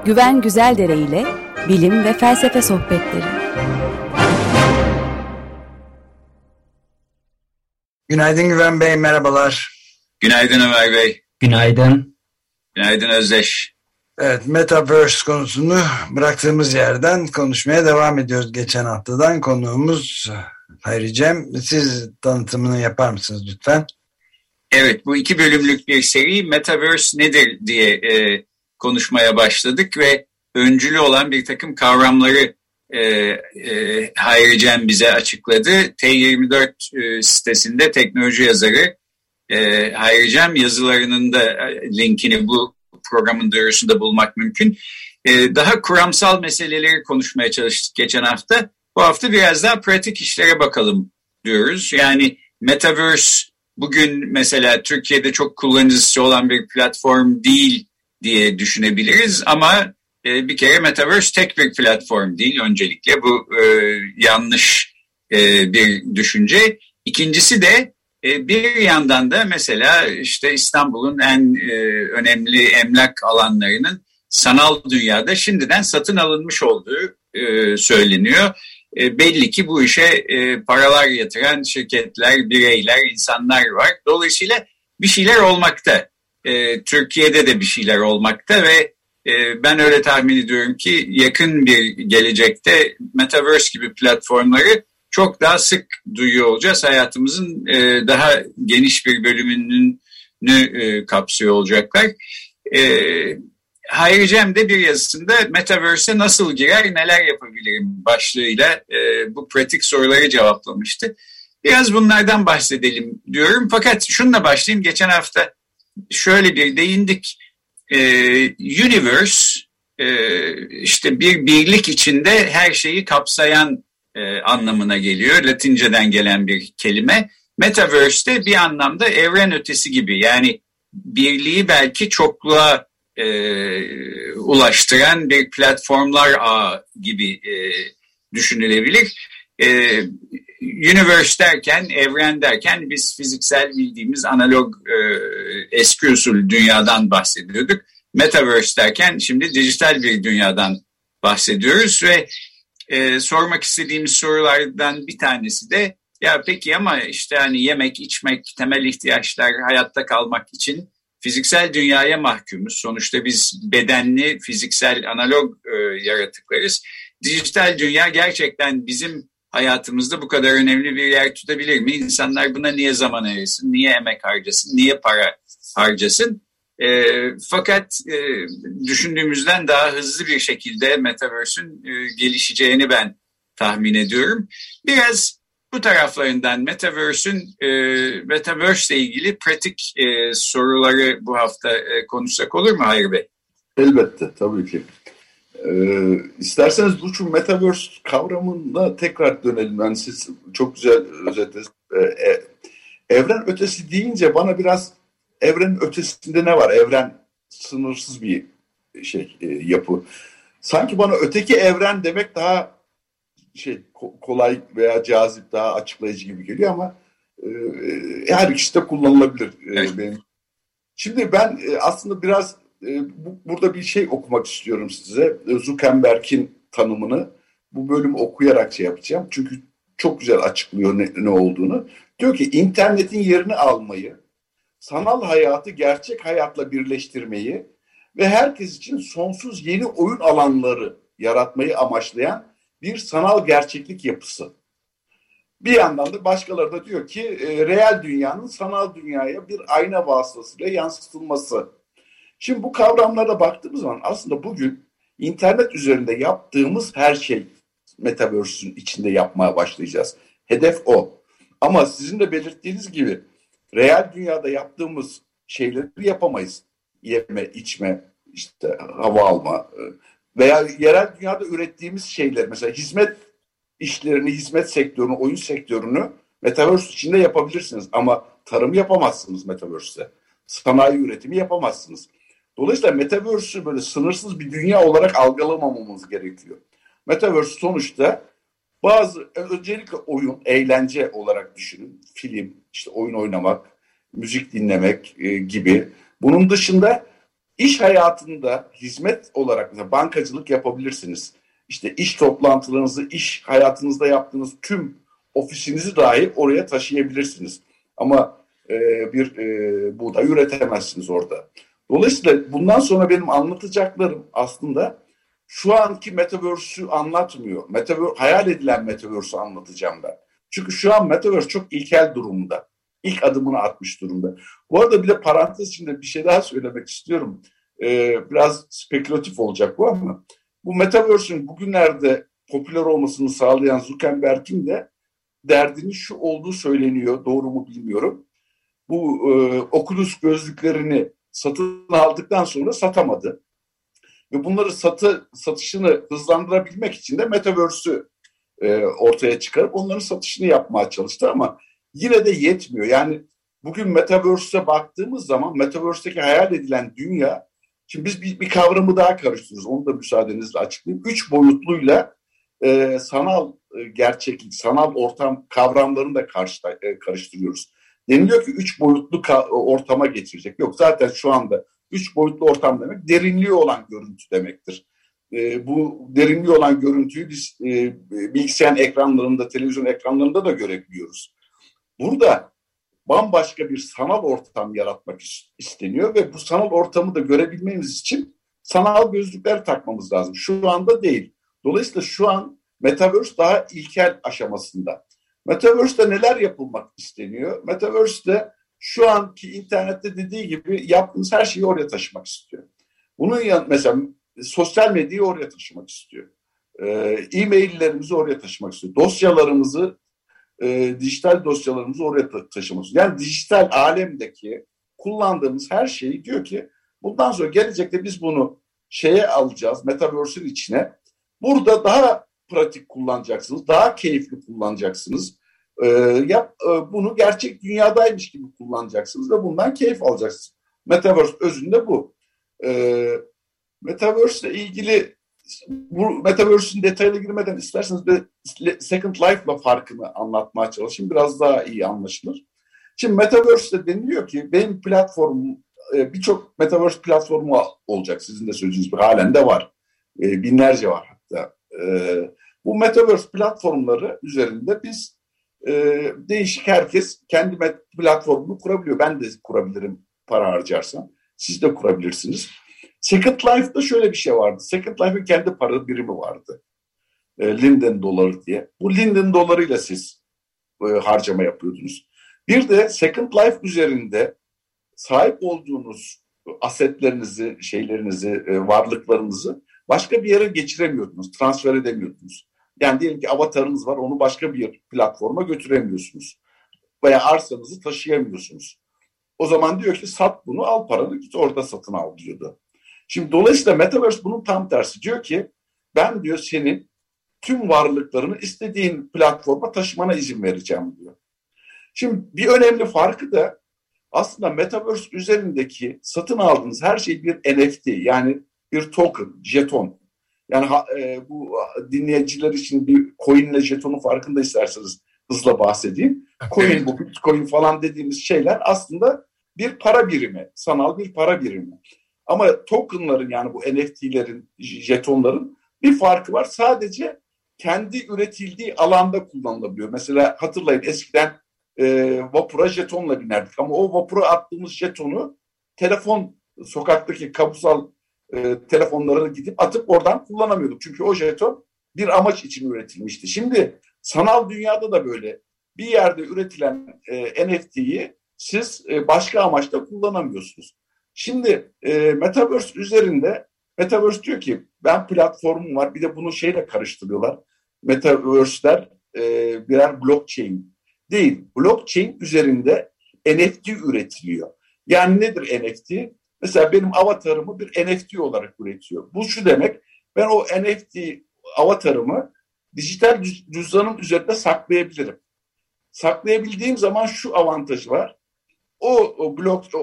Güven Güzeldere ile bilim ve felsefe sohbetleri. Günaydın Güven Bey, merhabalar. Günaydın Ömer Bey. Günaydın. Günaydın Özdeş. Evet, Metaverse konusunu bıraktığımız yerden konuşmaya devam ediyoruz geçen haftadan. Konuğumuz Hayri Cem. Siz tanıtımını yapar mısınız lütfen? Evet, bu 2 bölümlük bir seri Metaverse nedir diye konuşmaya başladık ve öncülü olan bir takım kavramları Hayri Cem bize açıkladı. T24 sitesinde teknoloji yazarı Hayri Cem yazılarının da linkini bu programın duyurusunda bulmak mümkün. Daha kuramsal meseleleri konuşmaya çalıştık geçen hafta. Bu hafta biraz daha pratik işlere bakalım diyoruz. Yani Metaverse bugün mesela Türkiye'de çok kullanıcısı olan bir platform değil diye düşünebiliriz. Ama bir kere Metaverse tek bir platform değil. Öncelikle bu yanlış bir düşünce. İkincisi de bir yandan da mesela işte İstanbul'un en önemli emlak alanlarının sanal dünyada şimdiden satın alınmış olduğu söyleniyor. Belli ki bu işe paralar yatıran şirketler, bireyler, insanlar var. Dolayısıyla bir şeyler olmakta. Türkiye'de de bir şeyler olmakta ve ben öyle tahmin ediyorum ki yakın bir gelecekte Metaverse gibi platformları çok daha sık duyuyor olacağız. Hayatımızın daha geniş bir bölümünü kapsıyor olacaklar. Hayri Cem de bir yazısında Metaverse'e nasıl girer, neler yapabilirim başlığıyla bu pratik soruları cevaplamıştı. Biraz bunlardan bahsedelim diyorum. Fakat şununla başlayayım. Geçen hafta şöyle bir değindik. Universe işte bir birlik içinde her şeyi kapsayan anlamına geliyor. Latinceden gelen bir kelime. Metaverse de bir anlamda evren ötesi gibi. Yani birliği belki çokluğa ulaştıran bir platformlar ağı gibi düşünülebilir. Universe derken, evren derken biz fiziksel bildiğimiz analog eski usul dünyadan bahsediyorduk. Metaverse derken şimdi dijital bir dünyadan bahsediyoruz ve sormak istediğimiz sorulardan bir tanesi de ya peki ama işte hani yemek, içmek, temel ihtiyaçlar, hayatta kalmak için fiziksel dünyaya mahkumuz. Sonuçta biz bedenli, fiziksel, analog yaratıklarız. Dijital dünya gerçekten bizim hayatımızda bu kadar önemli bir yer tutabilir mi? İnsanlar buna niye zaman ayırsın, niye emek harcasın, niye para harcasın? Fakat düşündüğümüzden daha hızlı bir şekilde Metaverse'ün gelişeceğini ben tahmin ediyorum. Biraz bu taraflarından Metaverse ile ilgili pratik soruları bu hafta konuşsak olur mu Hayri Bey? Elbette, tabii ki. İsterseniz bu Metaverse kavramına tekrar dönelim. Yani siz çok güzel özetlediniz. Evren ötesi deyince bana biraz evrenin ötesinde ne var? Evren sınırsız bir yapı. Sanki bana öteki evren demek daha kolay veya cazip, daha açıklayıcı gibi geliyor ama her ikisi de kullanılabilir benim. Şimdi ben aslında biraz burada bir okumak istiyorum size. Zuckerberg'in tanımını bu bölümü okuyarak yapacağım. Çünkü çok güzel açıklıyor ne olduğunu. Diyor ki internetin yerini almayı, sanal hayatı gerçek hayatla birleştirmeyi ve herkes için sonsuz yeni oyun alanları yaratmayı amaçlayan bir sanal gerçeklik yapısı. Bir yandan da başkaları da diyor ki reel dünyanın sanal dünyaya bir ayna vasıtasıyla yansıtılması. Şimdi bu kavramlara baktığımız zaman aslında bugün internet üzerinde yaptığımız her şey Metaverse'ün içinde yapmaya başlayacağız. Hedef o. Ama sizin de belirttiğiniz gibi reel dünyada yaptığımız şeyleri yapamayız. Yeme, içme, işte hava alma veya yerel dünyada ürettiğimiz şeyler, mesela hizmet işlerini, hizmet sektörünü, oyun sektörünü Metaverse içinde yapabilirsiniz. Ama tarım yapamazsınız Metaverse'de. Sanayi üretimi yapamazsınız. Dolayısıyla Metaverse'ü böyle sınırsız bir dünya olarak algılamamamız gerekiyor. Metaverse sonuçta bazı, öncelikle oyun, eğlence olarak düşünün. Film, işte oyun oynamak, müzik dinlemek gibi. Bunun dışında İş hayatında hizmet olarak mesela bankacılık yapabilirsiniz. İşte iş toplantılarınızı, iş hayatınızda yaptığınız tüm ofisinizi dahi oraya taşıyabilirsiniz. Ama bir buğday üretemezsiniz orada. Dolayısıyla bundan sonra benim anlatacaklarım aslında şu anki Metaverse'ü anlatmıyor. Hayal edilen Metaverse'ü anlatacağım ben. Çünkü şu an Metaverse çok ilkel durumda. İlk adımını atmış durumda. Bu arada bir de parantez içinde bir şey daha söylemek istiyorum. Biraz spekülatif olacak bu ama bu Metaverse'ün bugünlerde popüler olmasını sağlayan Zuckerberg'in de derdinin şu olduğu söyleniyor. Doğru mu bilmiyorum. Bu Oculus gözlüklerini satın aldıktan sonra satamadı. Ve bunları satışını hızlandırabilmek için de Metaverse'ü ortaya çıkarıp onların satışını yapmaya çalıştı ama yine de yetmiyor. Yani bugün Metaverse'e baktığımız zaman Metaverse'deki hayal edilen dünya, şimdi biz bir kavramı daha karıştırıyoruz. Onu da müsaadenizle açıklayayım. 3 boyutluyla sanal gerçeklik, sanal ortam kavramlarını da karıştırıyoruz. Deniliyor ki 3 boyutlu ortama getirecek. Yok, zaten şu anda 3 boyutlu ortam demek derinliği olan görüntü demektir. Bu derinliği olan görüntüyü biz bilgisayar ekranlarında, televizyon ekranlarında da görebiliyoruz. Burada bambaşka bir sanal ortam yaratmak isteniyor ve bu sanal ortamı da görebilmemiz için sanal gözlükler takmamız lazım. Şu anda değil. Dolayısıyla şu an Metaverse daha ilkel aşamasında. Metaverse'de neler yapılmak isteniyor? Metaverse'de şu anki internette dediği gibi yaptığımız her şeyi oraya taşımak istiyor. Bunun yanında mesela sosyal medyayı oraya taşımak istiyor. E-maillerimizi oraya taşımak istiyor. Dosyalarımızı, dijital dosyalarımızı oraya taşımak istiyor. Yani dijital alemdeki kullandığımız her şeyi diyor ki bundan sonra gelecekte biz bunu şeye alacağız, Metaverse'ün içine. Burada daha pratik kullanacaksınız, daha keyifli kullanacaksınız. Bunu gerçek dünyadaymış gibi kullanacaksınız ve bundan keyif alacaksınız. Metaverse özünde bu. Metaverse ile ilgili bu Metaverse'ün detayına girmeden isterseniz bir Second Life'la farkını anlatmaya çalışayım. Biraz daha iyi anlaşılır. Şimdi Metaverse'de deniliyor ki benim platformum, birçok Metaverse platformu olacak. Sizin de söylediğiniz gibi halen de var. Binlerce var hatta. Bu Metaverse platformları üzerinde biz değişik herkes kendi platformunu kurabiliyor. Ben de kurabilirim para harcarsam. Siz de kurabilirsiniz. Second Life'da şöyle bir şey vardı. Second Life'ın kendi para birimi vardı. Linden doları diye. Bu Linden dolarıyla siz harcama yapıyordunuz. Bir de Second Life üzerinde sahip olduğunuz asetlerinizi, varlıklarınızı başka bir yere geçiremiyordunuz, transfer edemiyordunuz. Yani diyelim ki avatarınız var, onu başka bir platforma götüremiyorsunuz. Veya arsanızı taşıyamıyorsunuz. O zaman diyor ki sat bunu, al paranı, git orada satın al diyordu. Şimdi dolayısıyla Metaverse bunun tam tersi. Diyor ki ben diyor senin tüm varlıklarını istediğin platforma taşımana izin vereceğim diyor. Şimdi bir önemli farkı da aslında Metaverse üzerindeki satın aldığınız her şey bir NFT, yani bir token, jeton. Yani bu dinleyiciler için bir coin ile jetonun farkında isterseniz hızla bahsedeyim. Coin, bu Bitcoin falan dediğimiz şeyler aslında bir para birimi, sanal bir para birimi. Ama tokenların, yani bu NFT'lerin, jetonların bir farkı var. Sadece kendi üretildiği alanda kullanılabiliyor. Mesela hatırlayın, eskiden vapura jetonla binerdik. Ama o vapura attığımız jetonu sokaktaki kabusal telefonlarına gidip atıp oradan kullanamıyorduk. Çünkü o jeton bir amaç için üretilmişti. Şimdi sanal dünyada da böyle. Bir yerde üretilen NFT'yi siz başka amaçla kullanamıyorsunuz. Şimdi Metaverse üzerinde, Metaverse diyor ki ben platformum var, bir de bunu şeyle karıştırıyorlar. Metaverse'ler birer blockchain değil. Blockchain üzerinde NFT üretiliyor. Yani nedir NFT? Mesela benim avatarımı bir NFT olarak üretiyor. Bu şu demek, ben o NFT avatarımı dijital cüzdanın üzerinde saklayabilirim. Saklayabildiğim zaman şu avantajı var. O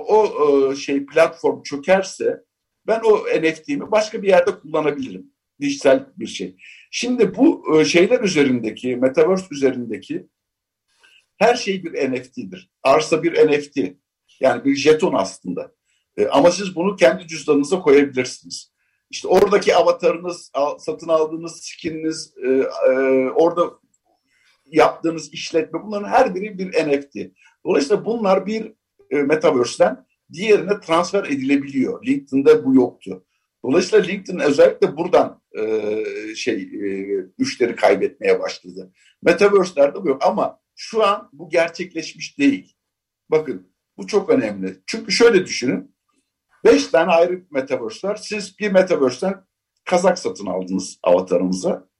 platform çökerse ben o NFT'mi başka bir yerde kullanabilirim. Dijital bir şey. Şimdi bu şeyler üzerindeki, Metaverse üzerindeki her şey bir NFT'dir. Arsa bir NFT. Yani bir jeton aslında. Ama siz bunu kendi cüzdanınıza koyabilirsiniz. İşte oradaki avatarınız, satın aldığınız skininiz, orada yaptığınız işletme, bunların her biri bir NFT. Dolayısıyla bunlar bir Metaverse'den diğerine transfer edilebiliyor. LinkedIn'de bu yoktu. Dolayısıyla LinkedIn özellikle buradan müşteri kaybetmeye başladı. Metaverse'lerde bu yok ama şu an bu gerçekleşmiş değil. Bakın bu çok önemli. Çünkü şöyle düşünün. 5 tane ayrı Metaverse var. Siz bir Metaverse'den kazak satın aldınız avatarınıza.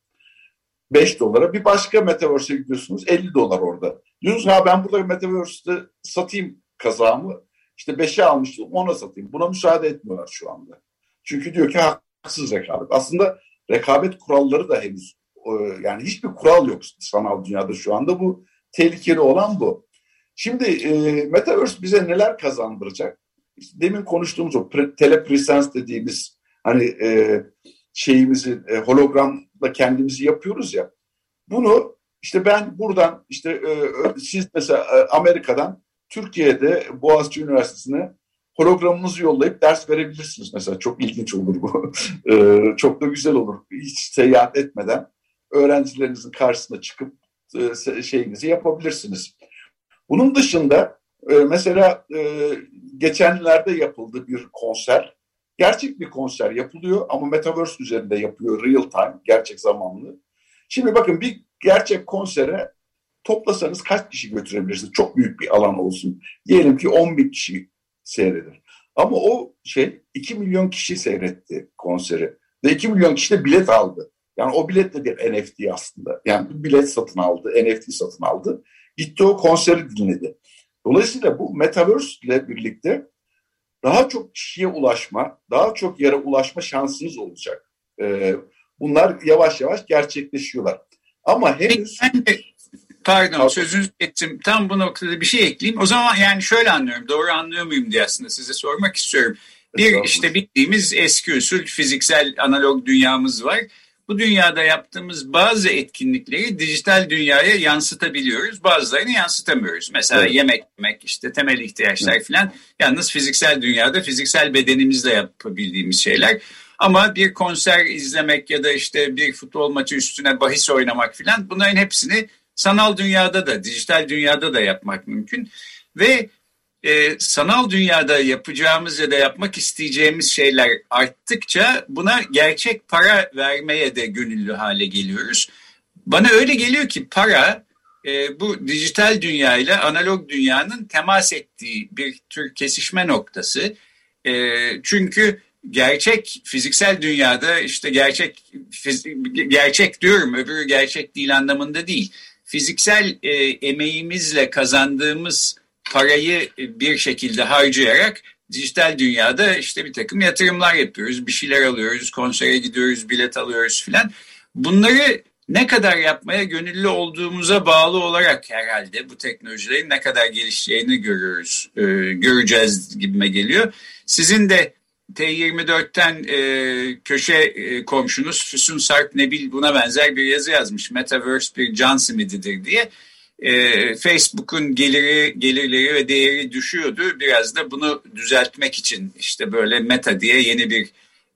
$5. Bir başka Metaverse'e gidiyorsunuz, $50 orada. Diyorsunuz ha ben burada Metaverse'de satayım kazağımı. İşte 5'e almıştım, ona satayım. Buna müsaade etmiyorlar şu anda. Çünkü diyor ki haksız rekabet. Aslında rekabet kuralları da henüz, yani hiçbir kural yok sanal dünyada şu anda. Bu tehlikeli olan bu. Şimdi Metaverse bize neler kazandıracak? İşte demin konuştuğumuz o telepresence dediğimiz hani şeyimizi hologramla kendimizi yapıyoruz ya. Bunu işte ben buradan işte siz mesela Amerika'dan Türkiye'de Boğaziçi Üniversitesi'ne hologramınızı yollayıp ders verebilirsiniz mesela. Çok ilginç olur bu. Çok da güzel olur. Hiç seyahat etmeden öğrencilerinizin karşısına çıkıp şeyinizi yapabilirsiniz. Bunun dışında mesela geçenlerde yapıldı bir konser. Gerçek bir konser yapılıyor ama Metaverse üzerinde yapıyor, real time, gerçek zamanlı. Şimdi bakın bir gerçek konsere toplasanız kaç kişi götürebilirsiniz? Çok büyük bir alan olsun. Diyelim ki 10.000 kişi seyredir. Ama o 2 milyon kişi seyretti konseri. Ve 2 milyon kişi de bilet aldı. Yani o bilet de bir NFT aslında. Yani bir bilet satın aldı, NFT satın aldı. Gitti o konseri dinledi. Dolayısıyla bu Metaverse ile birlikte daha çok kişiye ulaşma, daha çok yere ulaşma şansınız olacak. Bunlar yavaş yavaş gerçekleşiyorlar. Ama henüz... Pardon, sözünüzü ettim. Tam bu noktada bir şey ekleyeyim. O zaman yani şöyle anlıyorum, doğru anlıyor muyum diye aslında size sormak istiyorum. Bir işte bildiğimiz eski usul fiziksel analog dünyamız var. Bu dünyada yaptığımız bazı etkinlikleri dijital dünyaya yansıtabiliyoruz. Bazılarını yansıtamıyoruz. Mesela yemek yemek, işte temel ihtiyaçlar falan. Yalnız fiziksel dünyada fiziksel bedenimizle yapabildiğimiz şeyler. Ama bir konser izlemek ya da işte bir futbol maçı üstüne bahis oynamak falan, bunların hepsini sanal dünyada da, dijital dünyada da yapmak mümkün. Ve sanal dünyada yapacağımız ya da yapmak isteyeceğimiz şeyler arttıkça buna gerçek para vermeye de gönüllü hale geliyoruz. Bana öyle geliyor ki para bu dijital dünya ile analog dünyanın temas ettiği bir tür kesişme noktası. Çünkü gerçek fiziksel dünyada işte gerçek diyorum, öbürü gerçek değil anlamında değil. Fiziksel emeğimizle kazandığımız parayı bir şekilde harcayarak dijital dünyada işte bir takım yatırımlar yapıyoruz, bir şeyler alıyoruz, konsere gidiyoruz, bilet alıyoruz filan. Bunları ne kadar yapmaya gönüllü olduğumuza bağlı olarak herhalde bu teknolojilerin ne kadar gelişeceğini göreceğiz gibime geliyor. Sizin de T24'ten köşe komşunuz Füsun Sarp Nebil buna benzer bir yazı yazmış. Metaverse bir can simididir diye. Facebook'un gelirleri ve değeri düşüyordu. Biraz da bunu düzeltmek için işte böyle Meta diye yeni bir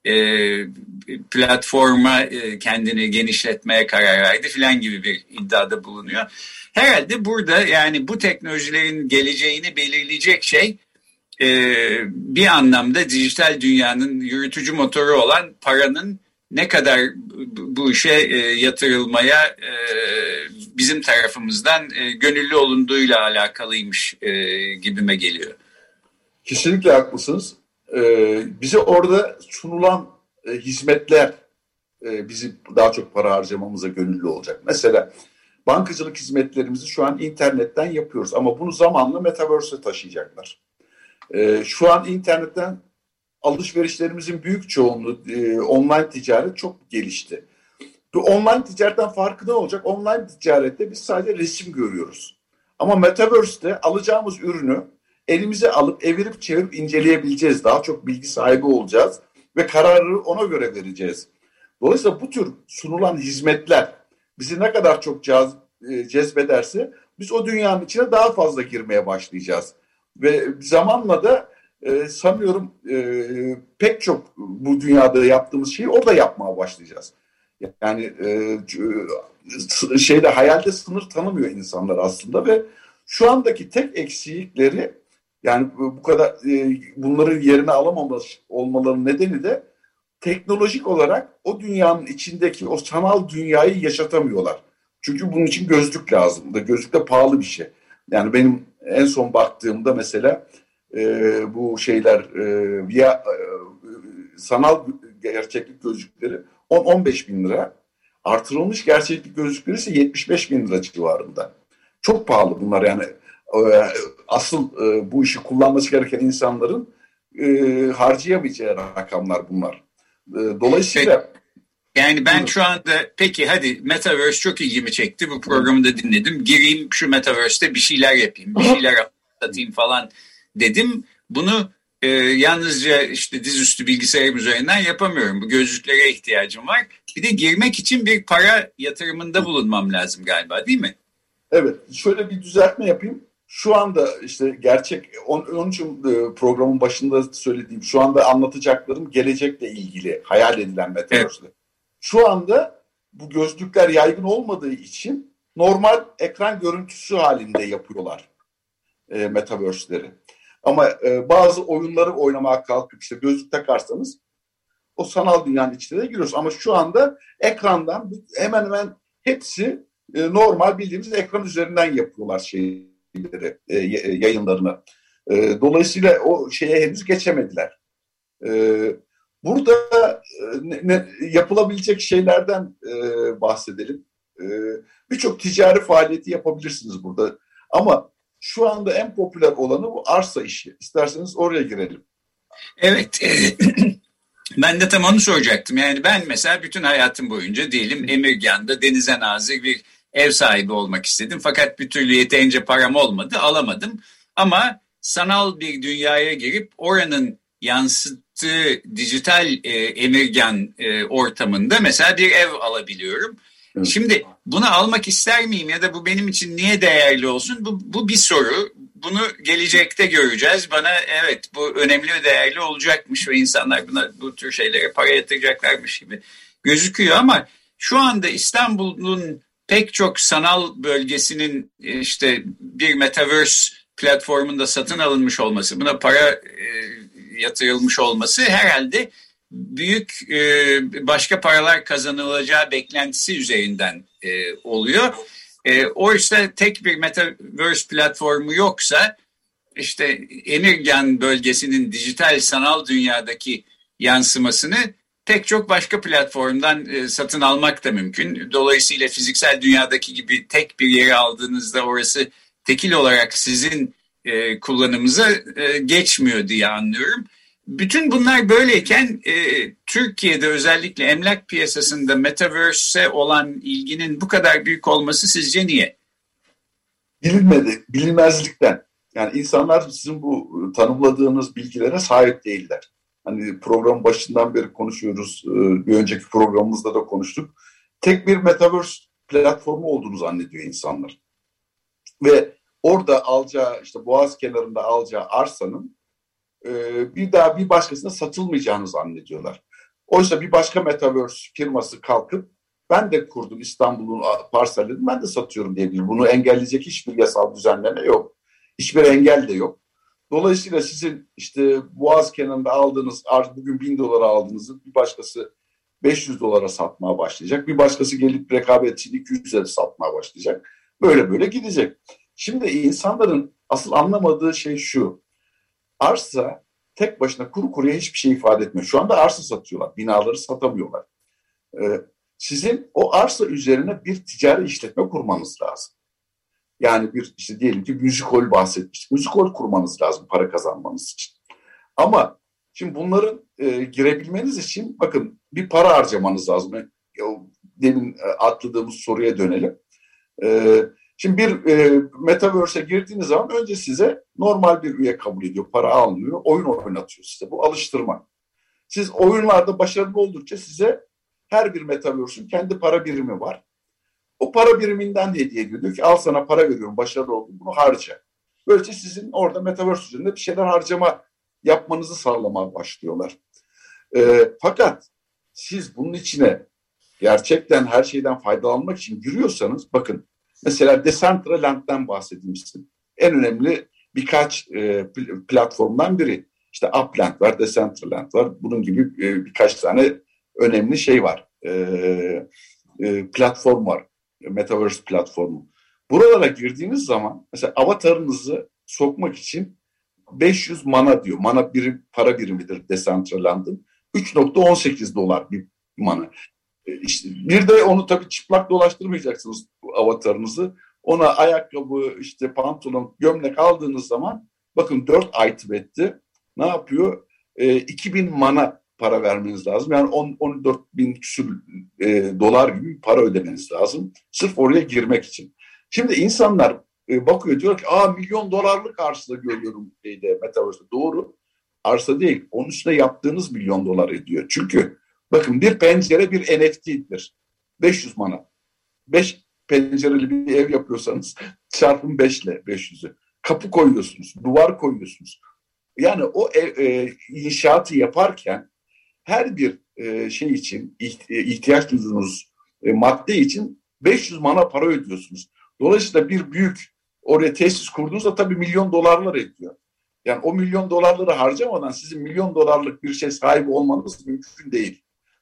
platforma kendini genişletmeye karar verdi filan gibi bir iddiada bulunuyor. Herhalde burada yani bu teknolojilerin geleceğini belirleyecek şey bir anlamda dijital dünyanın yürütücü motoru olan paranın ne kadar bu işe yatırılmaya bizim tarafımızdan gönüllü olunduğuyla alakalıymış gibime geliyor. Kesinlikle haklısınız. Bize orada sunulan hizmetler bizi daha çok para harcamamıza gönüllü olacak. Mesela bankacılık hizmetlerimizi şu an internetten yapıyoruz ama bunu zamanla Metaverse'e taşıyacaklar. Şu an internetten alışverişlerimizin büyük çoğunluğu online ticaret çok gelişti. Bu online ticaretten farkı ne olacak? Online ticarette biz sadece resim görüyoruz. Ama Metaverse'de alacağımız ürünü elimize alıp evirip çevirip inceleyebileceğiz. Daha çok bilgi sahibi olacağız ve kararı ona göre vereceğiz. Dolayısıyla bu tür sunulan hizmetler bizi ne kadar çok cezbederse biz o dünyanın içine daha fazla girmeye başlayacağız. Ve zamanla da sanıyorum pek çok bu dünyada yaptığımız şeyi orada yapmaya başlayacağız. Yani hayalde sınır tanımıyor insanlar aslında ve şu andaki tek eksikleri, yani bu kadar bunların yerine alamamış olmalarının nedeni de teknolojik olarak o dünyanın içindeki o sanal dünyayı yaşatamıyorlar. Çünkü bunun için gözlük lazım. Gözlük de pahalı bir şey. Yani benim en son baktığımda mesela bu şeyler sanal gerçeklik gözlükleri 10-15 bin lira. Artırılmış gerçeklik gözlükleri ise 75 bin lira civarında. Çok pahalı bunlar yani. Asıl bu işi kullanması gereken insanların harcayamayacağı rakamlar bunlar. Dolayısıyla... Yani ben şu anda peki hadi Metaverse çok ilgimi çekti. Bu programı da dinledim. Gireyim şu Metaverse'te bir şeyler yapayım, bir şeyler atayım falan dedim. Bunu yalnızca işte dizüstü bilgisayarım üzerinden yapamıyorum. Bu gözlüklere ihtiyacım var. Bir de girmek için bir para yatırımında bulunmam lazım galiba, değil mi? Evet. Şöyle bir düzeltme yapayım. Şu anda işte onun için programın başında söylediğim, şu anda anlatacaklarım gelecekle ilgili hayal edilen Metaverse'le. Evet. Şu anda bu gözlükler yaygın olmadığı için normal ekran görüntüsü halinde yapıyorlar Metaverse'leri. Ama bazı oyunları oynamaya kalkıp işte gözlük takarsanız o sanal dünyanın içine de giriyoruz. Ama şu anda ekrandan hemen hemen hepsi normal bildiğimiz ekran üzerinden yapıyorlar şeyleri, yayınlarını. Dolayısıyla o şeye henüz geçemediler. Burada yapılabilecek şeylerden bahsedelim. Birçok ticari faaliyeti yapabilirsiniz burada. Ama şu anda en popüler olanı bu arsa işi. İsterseniz oraya girelim. Evet. Ben de tam onu soracaktım. Yani ben mesela bütün hayatım boyunca diyelim Emirgan'da denize nazır bir ev sahibi olmak istedim. Fakat bir türlü yeterince param olmadı, alamadım. Ama sanal bir dünyaya girip oranın yansıttığı dijital Emirgan ortamında mesela bir ev alabiliyorum. Evet. Şimdi bunu almak ister miyim ya da bu benim için niye değerli olsun? Bu bir soru. Bunu gelecekte göreceğiz. Bana evet bu önemli ve değerli olacakmış ve insanlar bu tür şeylere para yatıracaklarmış gibi gözüküyor ama şu anda İstanbul'un pek çok sanal bölgesinin işte bir Metaverse platformunda satın alınmış olması, buna para yatırılmış olması herhalde büyük başka paralar kazanılacağı beklentisi üzerinden oluyor. Oysa tek bir Metaverse platformu yoksa işte Emirgan bölgesinin dijital sanal dünyadaki yansımasını pek çok başka platformdan satın almak da mümkün. Dolayısıyla fiziksel dünyadaki gibi tek bir yere aldığınızda orası tekil olarak sizin kullanımıza geçmiyor diye anlıyorum. Bütün bunlar böyleyken Türkiye'de özellikle emlak piyasasında Metaverse'e olan ilginin bu kadar büyük olması sizce niye? Bilinmezlikten. Yani insanlar sizin bu tanımladığınız bilgilere sahip değiller. Hani programın başından beri konuşuyoruz, bir önceki programımızda da konuştuk. Tek bir Metaverse platformu olduğunu zannediyor insanlar. Ve orada alacağı, işte Boğaz kenarında alacağı arsanın bir daha bir başkasına satılmayacağını zannediyorlar. Oysa bir başka Metaverse firması kalkıp ben de kurdum İstanbul'un parsellerini, ben de satıyorum diyebilir. Bunu engelleyecek hiçbir yasal düzenleme yok. Hiçbir engel de yok. Dolayısıyla sizin işte Boğaz kenarında aldığınız, bugün $1000 aldığınızı bir başkası $500 satmaya başlayacak. Bir başkası gelip rekabet için $200'e satmaya başlayacak. Böyle böyle gidecek. Şimdi insanların asıl anlamadığı şey şu. Arsa tek başına kuru kuruya hiçbir şey ifade etmiyor. Şu anda arsa satıyorlar. Binaları satamıyorlar. Sizin o arsa üzerine bir ticari işletme kurmanız lazım. Yani bir işte diyelim ki müzikol bahsetmiştik. Müzikol kurmanız lazım para kazanmanız için. Ama şimdi bunların girebilmeniz için bakın bir para harcamanız lazım. Demin atladığımız soruya dönelim. Şimdi bir Metaverse'e girdiğiniz zaman önce size normal bir üye kabul ediyor. Para almıyor. Oyun oynatıyor size. Bu alıştırma. Siz oyunlarda başarılı oldukça size her bir Metaverse'ün kendi para birimi var. O para biriminden hediye ediyor. Diyor ki al sana para veriyorum. Başarılı oldun. Bunu harca. Böylece sizin orada Metaverse üzerinde bir şeyler harcama yapmanızı sağlamaya başlıyorlar. Fakat siz bunun içine gerçekten her şeyden faydalanmak için giriyorsanız, bakın mesela Decentraland'den bahsedeyim size. En önemli birkaç platformdan biri. İşte Upland var, Decentraland var. Bunun gibi birkaç tane önemli şey var. Platform var. Metaverse platformu. Buralara girdiğiniz zaman mesela avatarınızı sokmak için 500 mana diyor. Mana para birimidir Decentraland'ın. 3.18 dolar bir mana. İşte bir de onu tabii çıplak dolaştırmayacaksınız avatarınızı. Ona ayakkabı, işte pantolon, gömlek aldığınız zaman bakın 4 item etti. Ne yapıyor? 2000 mana para vermeniz lazım. Yani 14 bin küsur dolar gibi bir para ödemeniz lazım. Sırf oraya girmek için. Şimdi insanlar bakıyor, diyor ki milyon dolarlık arsa görüyorum Metaverse'de. Doğru. Arsa değil. Onun üstüne yaptığınız milyon dolar ediyor. Çünkü bakın bir pencere bir NFT'dir. 500 mana. 5 pencereli bir ev yapıyorsanız çarpın 5 ile 500'ü. Kapı koyuyorsunuz, duvar koyuyorsunuz. Yani o inşaatı yaparken her bir şey için, ihtiyaç duyduğunuz madde için 500 mana para ödüyorsunuz. Dolayısıyla bir büyük oraya tesis kurduğunuzda tabii milyon dolarlar ediyor. Yani o milyon dolarları harcamadan sizin milyon dolarlık bir şey sahibi olmanız mümkün değil.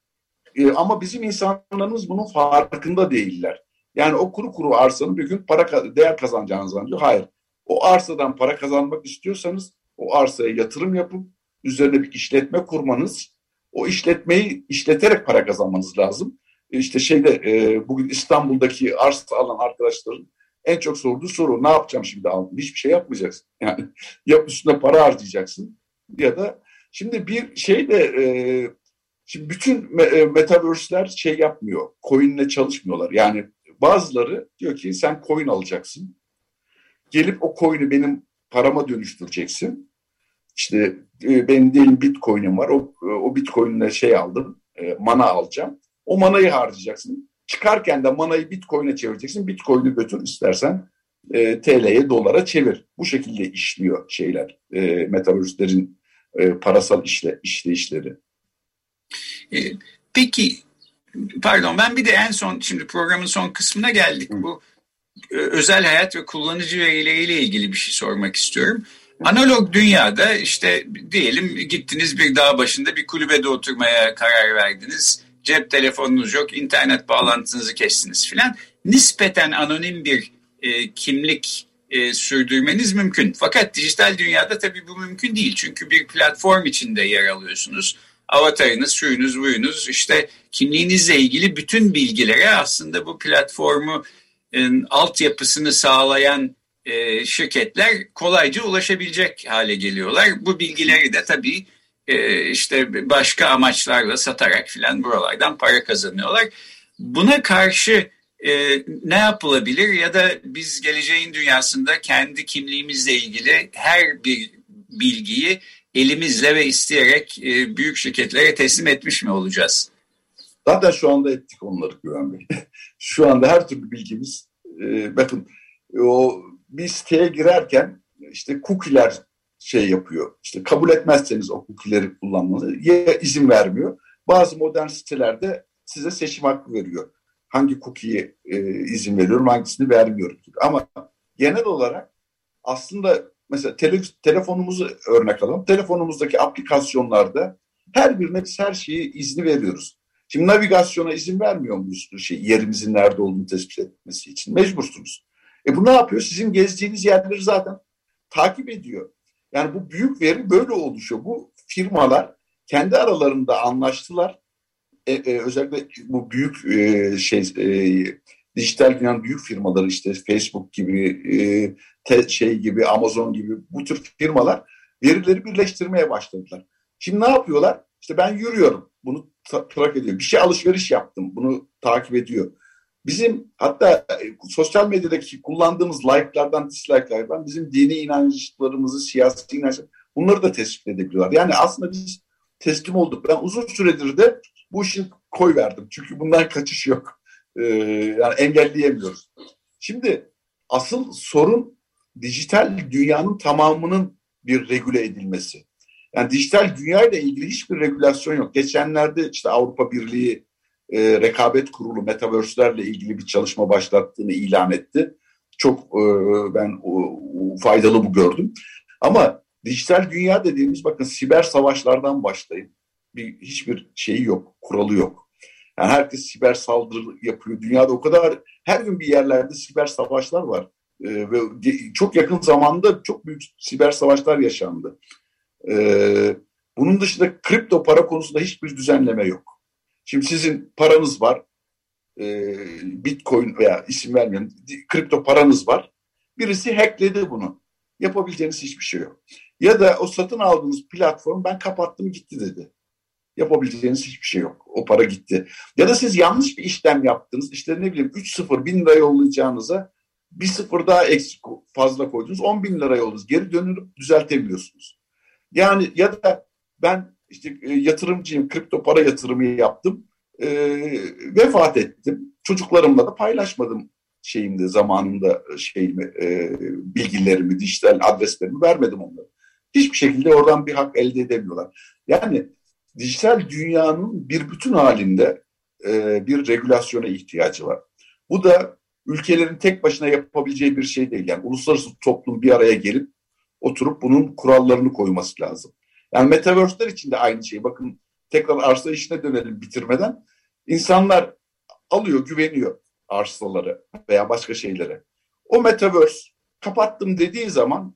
Ama bizim insanlarımız bunun farkında değiller. Yani o kuru arsanın bir gün değer kazanacağını zannediyor. Hayır. O arsadan para kazanmak istiyorsanız o arsaya yatırım yapıp üzerine bir işletme kurmanız, o işletmeyi işleterek para kazanmanız lazım. İşte bugün İstanbul'daki arsa alan arkadaşların en çok sorduğu soru, ne yapacağım şimdi aldım? Hiçbir şey yapmayacaksın. Yani ya üstüne para harcayacaksın ya da şimdi bir şey de şimdi bütün metaverse'ler şey yapmıyor. Coin'le çalışmıyorlar. Yani bazıları diyor ki sen coin alacaksın. Gelip o coin'i benim parama dönüştüreceksin. İşte benim diyelim Bitcoin'im var. O Bitcoin'le aldım. Mana alacağım. O manayı harcayacaksın. Çıkarken de manayı Bitcoin'e çevireceksin. Bitcoin'i götür istersen TL'ye, dolara çevir. Bu şekilde işliyor şeyler. Metaverse'lerin parasal işleyişleri. Peki, pardon, ben bir de en son, şimdi programın son kısmına geldik. Bu özel hayat ve kullanıcı verileriyle ilgili bir şey sormak istiyorum. Analog dünyada işte diyelim gittiniz bir dağ başında bir kulübede oturmaya karar verdiniz. Cep telefonunuz yok, internet bağlantınızı kestiniz filan. Nispeten anonim bir kimlik sürdürmeniz mümkün. Fakat dijital dünyada tabii bu mümkün değil. Çünkü bir platform içinde yer alıyorsunuz. Avatarınız, şuyunuz, buyunuz, işte kimliğinizle ilgili bütün bilgilere aslında bu platformu altyapısını sağlayan şirketler kolayca ulaşabilecek hale geliyorlar. Bu bilgileri de tabii işte başka amaçlarla satarak filan buralardan para kazanıyorlar. Buna karşı ne yapılabilir ya da biz geleceğin dünyasında kendi kimliğimizle ilgili her bir bilgiyi elimizle ve isteyerek büyük şirketlere teslim etmiş mi olacağız? Zaten şu anda ettik onları Güven Bey. Şu anda her türlü bilgimiz, bakın bir siteye girerken işte cookie'ler yapıyor. İşte kabul etmezseniz o cookie'leri kullanmanıza izin vermiyor. Bazı modern sitelerde size seçim hakkı veriyor. Hangi cookie'ye izin veriyorum, hangisini vermiyorum. Ama genel olarak aslında mesela telefonumuzu örnek alalım. Telefonumuzdaki aplikasyonlarda her birine biz her şeyi izni veriyoruz. Şimdi navigasyona izin vermiyor muyuz yerimizin nerede olduğunu tespit etmesi için? Mecbursunuz. Bu ne yapıyor? Sizin gezdiğiniz yerleri zaten takip ediyor. Yani bu büyük veri böyle oluşuyor. Bu firmalar kendi aralarında anlaştılar. Özellikle bu büyük dijital dünyanın büyük firmaları, işte Facebook gibi, gibi, Amazon gibi bu tür firmalar verileri birleştirmeye başladılar. Şimdi ne yapıyorlar? İşte ben yürüyorum. Bunu takip ediyor. Bir şey alışveriş yaptım. Bunu takip ediyor. Bizim hatta sosyal medyadaki kullandığımız like'lardan, dislike'lardan bizim dini inançlarımızı, siyasi inançlarımızı, bunları da tespit edebiliyorlar. Yani aslında biz teslim olduk. Ben uzun süredir de bu işi koyverdim. Çünkü bundan kaçış yok. Yani engelleyemiyoruz. Şimdi asıl sorun dijital dünyanın tamamının bir regüle edilmesi. Yani dijital dünya ile ilgili hiçbir regülasyon yok. Geçenlerde işte Avrupa Birliği Rekabet Kurulu Metaverse'lerle ilgili bir çalışma başlattığını ilan etti. Çok ben faydalı bu gördüm. Ama dijital dünya dediğimiz, bakın, siber savaşlardan başlayın. Hiçbir şeyi yok, kuralı yok. Yani herkes siber saldırı yapıyor. Dünyada o kadar her gün bir yerlerde siber savaşlar var. Ve çok yakın zamanda çok büyük siber savaşlar yaşandı. Bunun dışında kripto para konusunda hiçbir düzenleme yok. Şimdi sizin paranız var. Bitcoin veya isim vermiyorum. Kripto paranız var. Birisi hackledi bunu. Yapabileceğiniz hiçbir şey yok. Ya da o satın aldığınız platform ben kapattım gitti dedi. Yapabileceğiniz hiçbir şey yok. O para gitti. Ya da siz yanlış bir işlem yaptınız. İşte ne bileyim 3-0 1000 lira yollayacağınıza bir sıfır daha eksik fazla koydunuz. 10.000 lira yolladınız. Geri dönüp düzeltebiliyorsunuz. Yani ya da ben işte yatırımcıyım. Kripto para yatırımı yaptım. Vefat ettim. Çocuklarımla da paylaşmadım zamanında bilgilerimi, dijital adreslerimi vermedim onlara. Hiçbir şekilde oradan bir hak elde edemiyorlar. Yani dijital dünyanın bir bütün halinde bir regülasyona ihtiyacı var. Bu da ülkelerin tek başına yapabileceği bir şey değil. Yani uluslararası toplum bir araya gelip oturup bunun kurallarını koyması lazım. Yani metaverse'ler için de aynı şey. Bakın, tekrar arsa işine dönelim bitirmeden. İnsanlar alıyor, güveniyor arsaları veya başka şeylere. O metaverse kapattım dediği zaman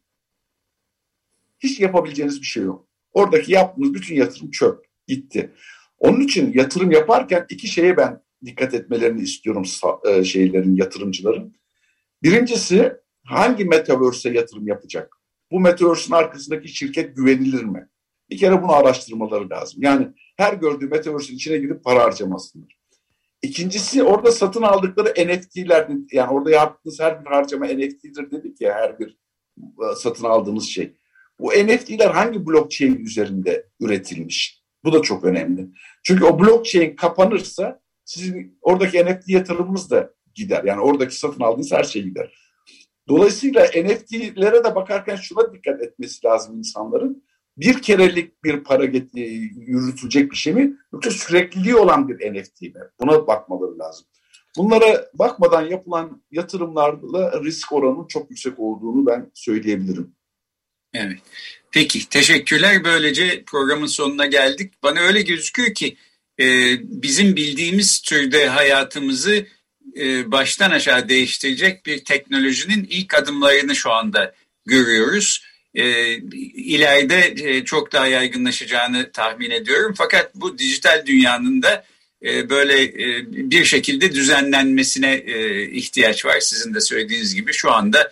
hiç yapabileceğiniz bir şey yok. Oradaki yaptığınız bütün yatırım çöp, gitti. Onun için yatırım yaparken iki şeye ben dikkat etmelerini istiyorum yatırımcıların. Birincisi, hangi metaverse'e yatırım yapacak? Bu metaverse'ün arkasındaki şirket güvenilir mi? Bir kere bunu araştırmaları lazım. Yani her gördüğü metaverse'ün içine girip para harcamasınlar. İkincisi, orada satın aldıkları NFT'ler, yani orada yaptığınız her bir harcama NFT'dir dedik ya, her bir satın aldığınız şey. Bu NFT'ler hangi blockchain üzerinde üretilmiş? Bu da çok önemli. Çünkü o blockchain kapanırsa sizin oradaki NFT yatırımınız da gider. Yani oradaki satın aldığınız her şey gider. Dolayısıyla NFT'lere de bakarken şuna dikkat etmesi lazım insanların. Bir kerelik bir para yürütülecek bir şey mi? Yoksa sürekliliği olan bir NFT mi? Buna bakmaları lazım. Bunlara bakmadan yapılan yatırımlarla risk oranının çok yüksek olduğunu ben söyleyebilirim. Evet. Peki, teşekkürler. Böylece programın sonuna geldik. Bana öyle gözüküyor ki bizim bildiğimiz türde hayatımızı baştan aşağı değiştirecek bir teknolojinin ilk adımlarını şu anda görüyoruz. İleride çok daha yaygınlaşacağını tahmin ediyorum. Fakat bu dijital dünyanın da böyle bir şekilde düzenlenmesine ihtiyaç var. Sizin de söylediğiniz gibi şu anda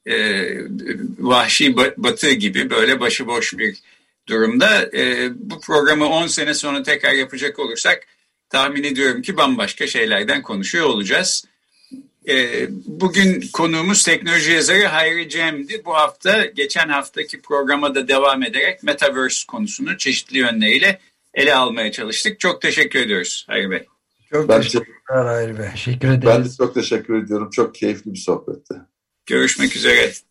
vahşi batı gibi böyle başıboş bir durumda. Bu programı 10 sene sonra tekrar yapacak olursak tahmin ediyorum ki bambaşka şeylerden konuşuyor olacağız. Bugün konuğumuz teknoloji yazarı Hayri Cem'di. Bu hafta geçen haftaki programa da devam ederek Metaverse konusunu çeşitli yönleriyle ele almaya çalıştık. Çok teşekkür ediyoruz Hayri Bey. Çok teşekkürler Hayri Bey. Teşekkür ederiz. Ben de çok teşekkür ediyorum. Çok keyifli bir sohbetti. Görüşmek üzere.